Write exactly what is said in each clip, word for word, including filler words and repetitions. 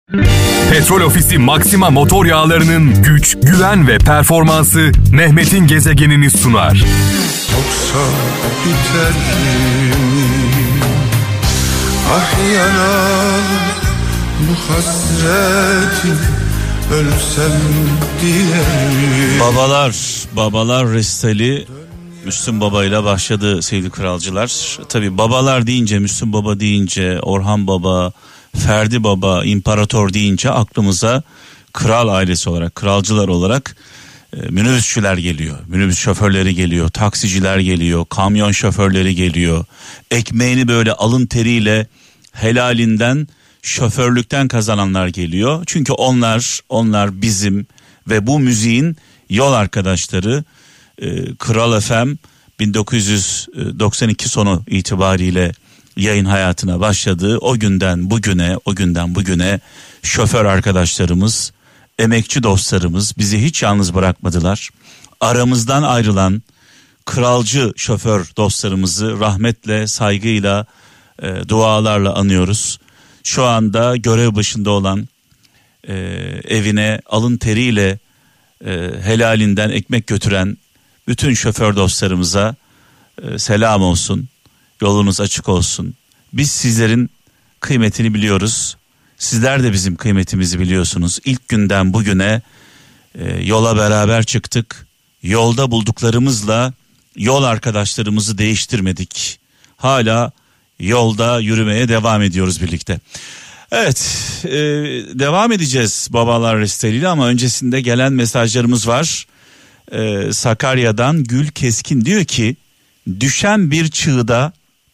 Petrol Ofisi Maxima motor yağlarının güç, güven ve performansı Mehmet'in gezegenini sunar. Yoksa biter mi? Ah yanar bu hasretin, ölsem diye. Babalar, babalar resitali Müslüm Baba ile başladı sevgili kralcılar. Tabii babalar deyince, Müslüm Baba deyince, Orhan Baba, Ferdi Baba, İmparator deyince aklımıza kral ailesi olarak, kralcılar olarak e, minibüsçüler geliyor. Minibüs şoförleri geliyor, taksiciler geliyor, kamyon şoförleri geliyor. Ekmeğini böyle alın teriyle helalinden, şoförlükten kazananlar geliyor. Çünkü onlar, onlar bizim ve bu müziğin yol arkadaşları. e, Kral F M bin dokuz yüz doksan iki sonu itibariyle yayın hayatına başladı. O günden bugüne, o günden bugüne şoför arkadaşlarımız, emekçi dostlarımız bizi hiç yalnız bırakmadılar. Aramızdan ayrılan kralcı şoför dostlarımızı rahmetle, saygıyla, e, dualarla anıyoruz. Şu anda görev başında olan, e, evine alın teriyle e, helalinden ekmek götüren bütün şoför dostlarımıza e, selam olsun. Yolunuz açık olsun. Biz sizlerin kıymetini biliyoruz. Sizler de bizim kıymetimizi biliyorsunuz. İlk günden bugüne e, yola beraber çıktık. Yolda bulduklarımızla yol arkadaşlarımızı değiştirmedik. Hala yolda yürümeye devam ediyoruz birlikte. Evet, e, devam edeceğiz babalar resitaliyle ama öncesinde gelen mesajlarımız var. E, Sakarya'dan Gül Keskin diyor ki, düşen bir çığda,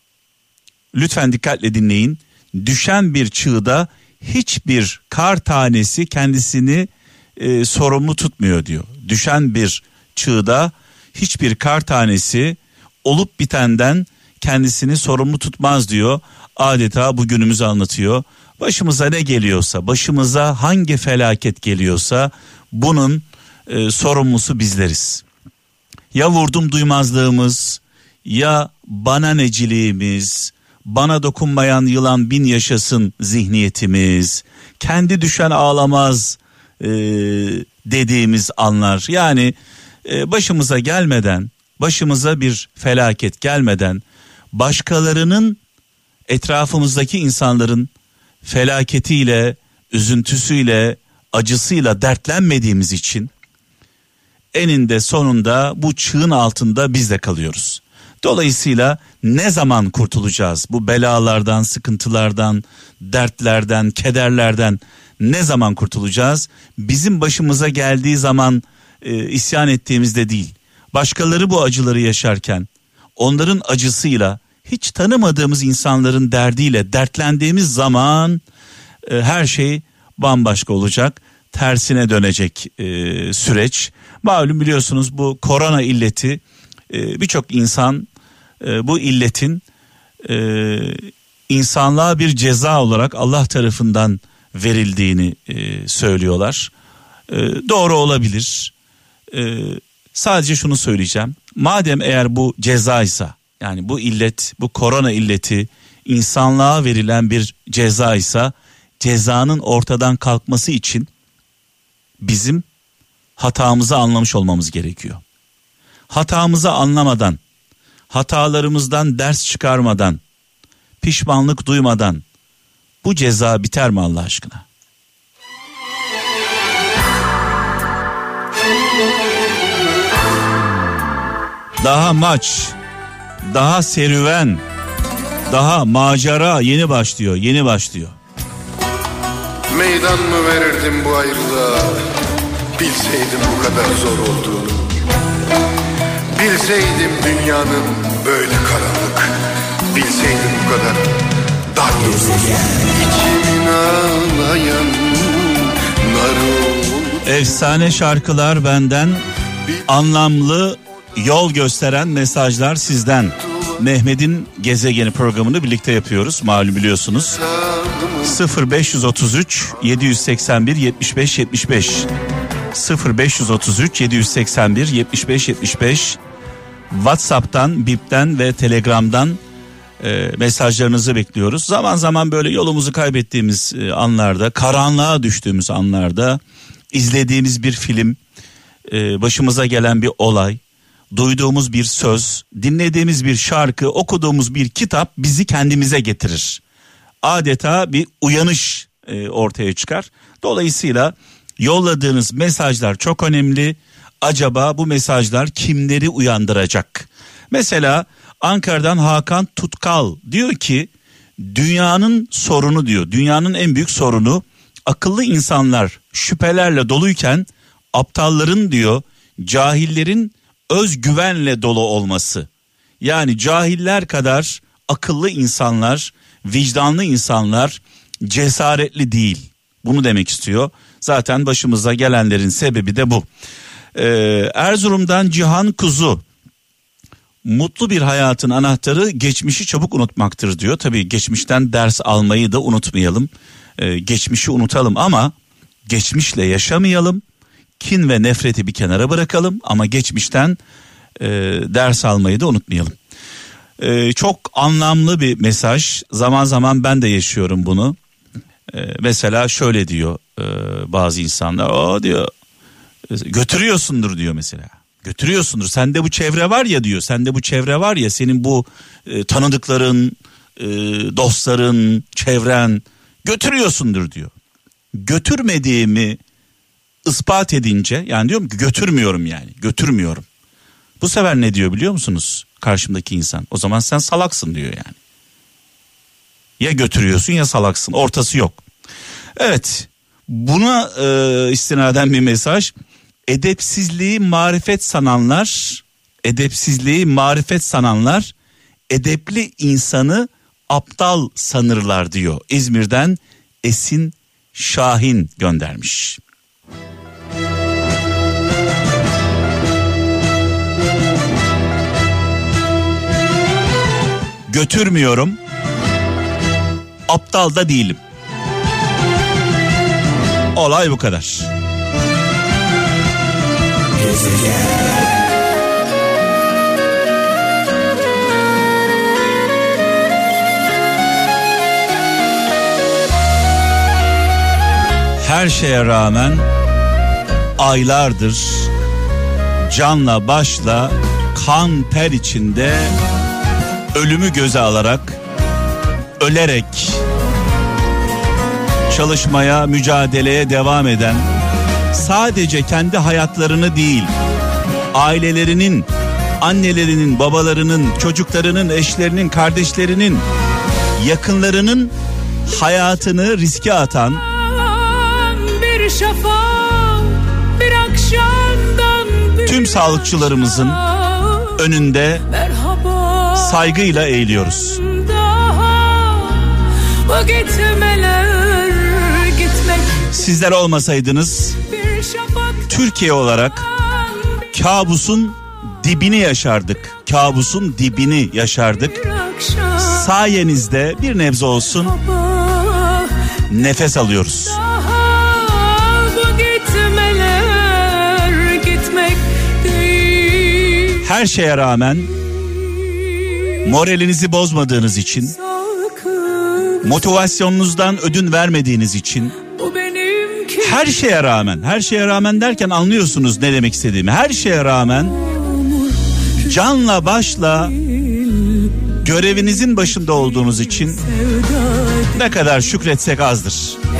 lütfen dikkatle dinleyin, düşen bir çığda hiçbir kar tanesi kendisini e, sorumlu tutmuyor diyor. Düşen bir çığda hiçbir kar tanesi olup bitenden kendisini sorumlu tutmaz diyor. Adeta bugünümüzü anlatıyor. Başımıza ne geliyorsa, başımıza hangi felaket geliyorsa bunun e, sorumlusu bizleriz. Ya vurdum duymazlığımız, ya bana neciliğimiz, bana dokunmayan yılan bin yaşasın zihniyetimiz, kendi düşen ağlamaz e, dediğimiz anlar. Yani e, başımıza gelmeden, başımıza bir felaket gelmeden, başkalarının, etrafımızdaki insanların felaketiyle, üzüntüsüyle, acısıyla dertlenmediğimiz için eninde sonunda bu çığın altında biz de kalıyoruz. Dolayısıyla ne zaman kurtulacağız bu belalardan, sıkıntılardan, dertlerden, kederlerden ne zaman kurtulacağız? Bizim başımıza geldiği zaman e, isyan ettiğimizde değil, başkaları bu acıları yaşarken onların acısıyla, hiç tanımadığımız insanların derdiyle dertlendiğimiz zaman e, her şey bambaşka olacak, tersine dönecek e, süreç. Malum biliyorsunuz bu korona illeti, e, birçok insan e, bu illetin e, insanlığa bir ceza olarak Allah tarafından verildiğini e, söylüyorlar. E, doğru olabilir. E, sadece şunu söyleyeceğim. Madem eğer bu cezaysa, yani bu illet, bu korona illeti insanlığa verilen bir cezaysa, cezanın ortadan kalkması için bizim hatamızı anlamış olmamız gerekiyor. Hatamızı anlamadan, hatalarımızdan ders çıkarmadan, pişmanlık duymadan bu ceza biter mi Allah aşkına? Daha maç, daha serüven, daha macera yeni başlıyor, yeni başlıyor. Meydan mı verirdim bu ayrılığa, bilseydim bu kadar zor olduğunu. Bilseydim dünyanın böyle karanlık, bilseydim bu kadar dar olduğunu. İçimin ağlayan nar oldu. Efsane şarkılar benden, anlamlı yol gösteren mesajlar sizden. Mehmet'in Gezegeni programını birlikte yapıyoruz, malum biliyorsunuz. sıfır beş otuz üç yedi seksen bir yetmiş beş yetmiş beş sıfır beş otuz üç yedi seksen bir yetmiş beş yetmiş beş WhatsApp'tan, Bip'ten ve Telegram'dan e, mesajlarınızı bekliyoruz. Zaman zaman böyle yolumuzu kaybettiğimiz e, anlarda, karanlığa düştüğümüz anlarda izlediğimiz bir film, e, başımıza gelen bir olay, duyduğumuz bir söz, dinlediğimiz bir şarkı, okuduğumuz bir kitap bizi kendimize getirir. Adeta bir uyanış e, ortaya çıkar. Dolayısıyla yolladığınız mesajlar çok önemli. Acaba bu mesajlar kimleri uyandıracak? Mesela Ankara'dan Hakan Tutkal diyor ki dünyanın sorunu diyor. Dünyanın en büyük sorunu akıllı insanlar şüphelerle doluyken aptalların diyor cahillerin özgüvenle dolu olması. Yani cahiller kadar akıllı insanlar, vicdanlı insanlar cesaretli değil. Bunu demek istiyor. Zaten başımıza gelenlerin sebebi de bu. Ee, Erzurum'dan Cihan Kuzu. Mutlu bir hayatın anahtarı geçmişi çabuk unutmaktır diyor. Tabii geçmişten ders almayı da unutmayalım. Ee, geçmişi unutalım ama geçmişle yaşamayalım. Kin ve nefreti bir kenara bırakalım ama geçmişten e, ders almayı da unutmayalım. E, çok anlamlı bir mesaj. Zaman zaman ben de yaşıyorum bunu. E, mesela şöyle diyor e, bazı insanlar. O diyor götürüyorsundur diyor mesela. Götürüyorsundur. Sende bu çevre var ya diyor. Sende bu çevre var ya senin bu e, tanıdıkların, e, dostların, çevren götürüyorsundur diyor. Götürmediğimi ispat edince yani diyorum ki götürmüyorum yani götürmüyorum. Bu sefer ne diyor biliyor musunuz karşımdaki insan? O zaman sen salaksın diyor yani. Ya götürüyorsun ya salaksın, ortası yok. Evet, buna e, istinaden bir mesaj. Edepsizliği marifet sananlar, edepsizliği marifet sananlar edepli insanı aptal sanırlar diyor. İzmir'den Esin Şahin göndermiş. Götürmüyorum, aptal da değilim. Olay bu kadar. Her şeye rağmen aylardır canla başla kan ter içinde ölümü göze alarak ölerek çalışmaya, mücadeleye devam eden, sadece kendi hayatlarını değil, ailelerinin, annelerinin, babalarının, çocuklarının, eşlerinin, kardeşlerinin, yakınlarının hayatını riske atan, bir şafak, bir akşamdan bir tüm sağlıkçılarımızın önünde saygıyla eğiliyoruz. Sizler olmasaydınız Türkiye olarak kabusun dibini yaşardık. Kabusun dibini yaşardık. Sayenizde bir nebze olsun nefes alıyoruz. Her şeye rağmen moralinizi bozmadığınız için, motivasyonunuzdan ödün vermediğiniz için, her şeye rağmen, her şeye rağmen derken anlıyorsunuz ne demek istediğimi. Her şeye rağmen canla başla görevinizin başında olduğunuz için ne kadar şükretsek azdır.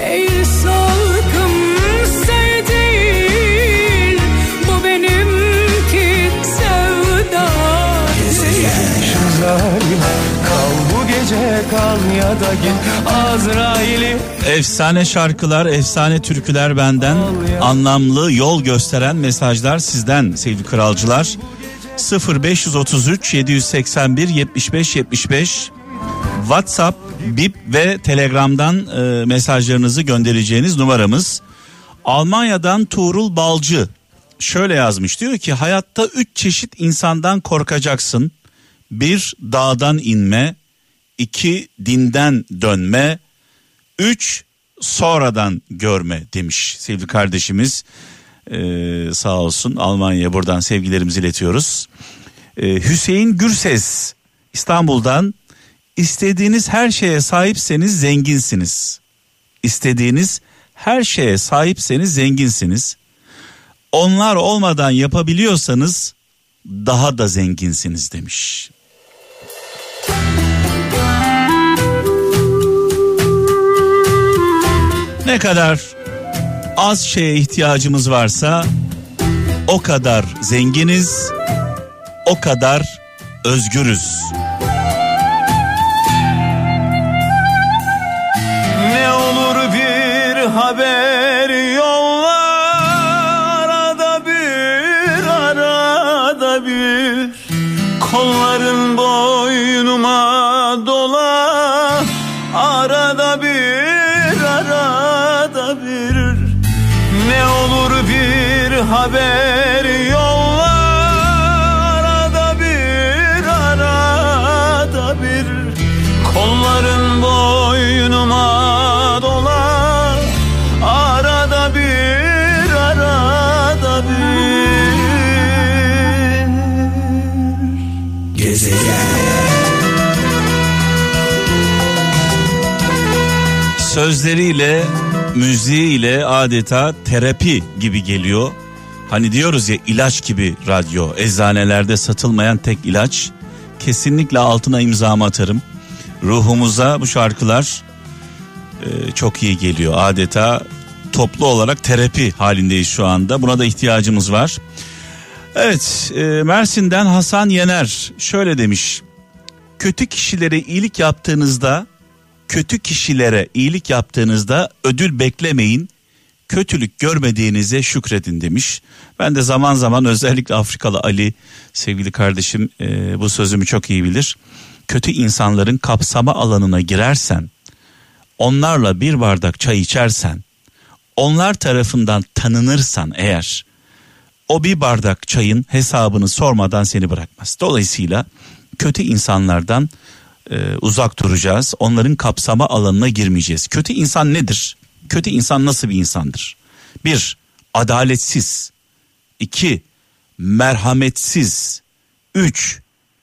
Kal bu gece kal ya da git Azrail'i. Efsane şarkılar, efsane türküler benden, anlamlı yol gösteren mesajlar sizden sevgili kralcılar. sıfır beş otuz üç yedi seksen bir yetmiş beş yetmiş beş WhatsApp, Bip ve Telegram'dan e, mesajlarınızı göndereceğiniz numaramız. Almanya'dan Tuğrul Balcı şöyle yazmış, diyor ki hayatta üç çeşit insandan korkacaksın. Bir, dağdan inme. İki, dinden dönme. Üç, sonradan görme demiş sevgili kardeşimiz. Ee, sağ olsun, Almanya'ya buradan sevgilerimizi iletiyoruz. Ee, Hüseyin Gürses İstanbul'dan İstediğiniz her şeye sahipseniz zenginsiniz. İstediğiniz her şeye sahipseniz zenginsiniz. Onlar olmadan yapabiliyorsanız daha da zenginsiniz demiş. Ne kadar az şeye ihtiyacımız varsa o kadar zenginiz, o kadar özgürüz. Ne olur bir haber yolla, arada bir, arada bir. Kolların boynuma dola, arada bir, arada bir. Ne olur bir haber yolla, arada bir, arada bir. Kolların boynuma dola, arada bir, arada bir. Gezegen. Sözleriyle, müziğiyle adeta terapi gibi geliyor. Hani diyoruz ya, ilaç gibi radyo. Eczanelerde satılmayan tek ilaç. Kesinlikle altına imzamı atarım. Ruhumuza bu şarkılar e, çok iyi geliyor. Adeta toplu olarak terapi halindeyiz şu anda. Buna da ihtiyacımız var. Evet, e, Mersin'den Hasan Yener şöyle demiş. Kötü kişilere iyilik yaptığınızda, kötü kişilere iyilik yaptığınızda ödül beklemeyin. Kötülük görmediğinize şükredin demiş. Ben de zaman zaman, özellikle Afrikalı Ali sevgili kardeşim e, bu sözümü çok iyi bilir. Kötü insanların kapsama alanına girersen, onlarla bir bardak çay içersen, onlar tarafından tanınırsan eğer, o bir bardak çayın hesabını sormadan seni bırakmaz. Dolayısıyla kötü insanlardan e, uzak duracağız. Onların kapsama alanına girmeyeceğiz. Kötü insan nedir? Kötü insan nasıl bir insandır? Bir, adaletsiz. İki, merhametsiz. Üç,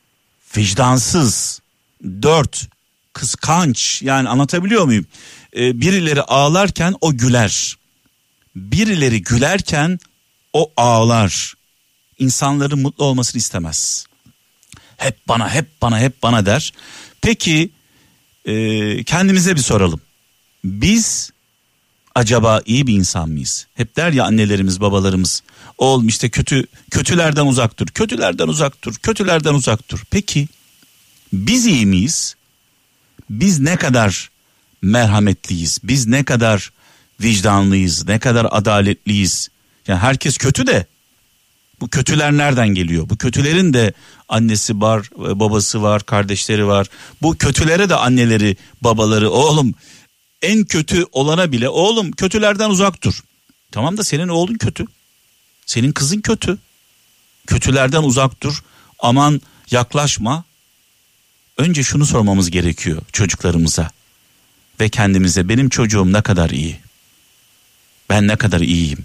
vicdansız. Dört, kıskanç. Yani anlatabiliyor muyum? Ee, birileri ağlarken o güler. Birileri gülerken o ağlar. İnsanların mutlu olmasını istemez. Hep bana, hep bana, hep bana der. Peki e, kendimize bir soralım. Biz acaba iyi bir insan mıyız? Hep der ya annelerimiz, babalarımız, oğlum işte kötü kötülerden uzak dur, kötülerden uzak dur, kötülerden uzak dur. Peki biz iyi miyiz? Biz ne kadar merhametliyiz? Biz ne kadar vicdanlıyız? Ne kadar adaletliyiz? Yani herkes kötü de bu kötüler nereden geliyor? Bu kötülerin de annesi var, babası var, kardeşleri var. Bu kötülere de anneleri, babaları, oğlum en kötü olana bile oğlum kötülerden uzak dur. Tamam da senin oğlun kötü. Senin kızın kötü. Kötülerden uzak dur. Aman yaklaşma. Önce şunu sormamız gerekiyor çocuklarımıza ve kendimize. Benim çocuğum ne kadar iyi? Ben ne kadar iyiyim?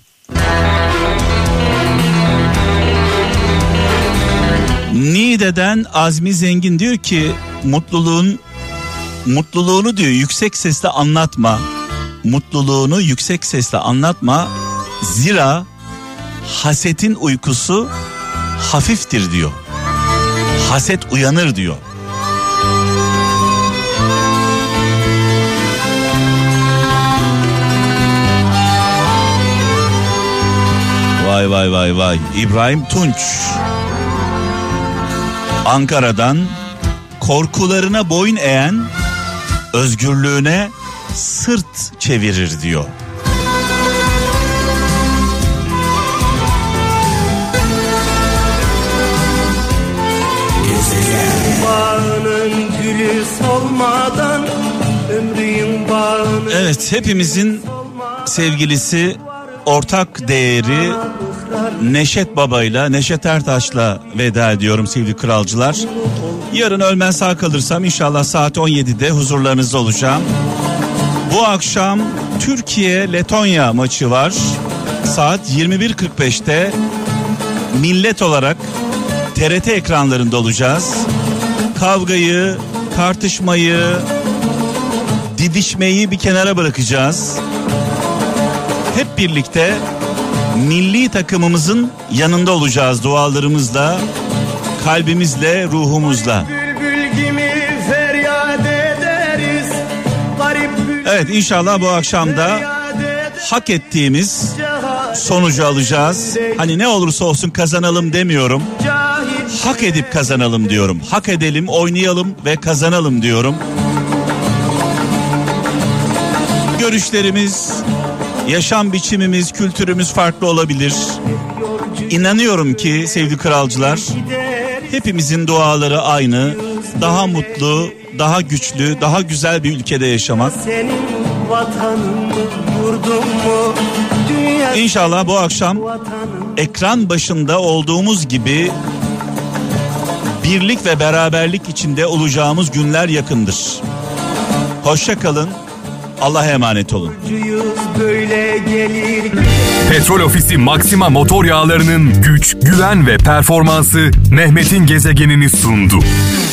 Niğde'den Azmi Zengin diyor ki mutluluğun mutluluğunu diyor yüksek sesle anlatma. Mutluluğunu yüksek sesle anlatma. Zira hasetin uykusu hafiftir diyor. Haset uyanır diyor. Vay vay vay vay. İbrahim Tunç Ankara'dan, korkularına boyun eğen özgürlüğüne sırt çevirir diyor. Bağının gülü solmadan, ömrün bağının... Evet, hepimizin sevgilisi, ortak değeri Neşet Baba'yla, Neşet Ertaş'la veda ediyorum sevgili kralcılar. Yarın ölmem sağ kalırsam inşallah saat on yedide huzurlarınızda olacağım. Bu akşam Türkiye-Letonya maçı var. Saat yirmi bir kırk beşte millet olarak T R T ekranlarında olacağız. Kavgayı, tartışmayı, didişmeyi bir kenara bırakacağız. Hep birlikte milli takımımızın yanında olacağız dualarımızla, kalbimizle, ruhumuzla. Evet, inşallah bu akşam da hak ettiğimiz sonucu alacağız. Hani ne olursa olsun kazanalım demiyorum. Hak edip kazanalım diyorum. Hak edelim, oynayalım ve kazanalım diyorum. Görüşlerimiz, yaşam biçimimiz, kültürümüz farklı olabilir. İnanıyorum ki sevgili kralcılar, hepimizin duaları aynı. Daha mutlu, daha güçlü, daha güzel bir ülkede yaşamak. İnşallah bu akşam ekran başında olduğumuz gibi birlik ve beraberlik içinde olacağımız günler yakındır. Hoşça kalın. Allah'a emanet olun. Petrol Ofisi Maxima motor yağlarının güç, güven ve performansı Mehmet'in gezegenini sundu.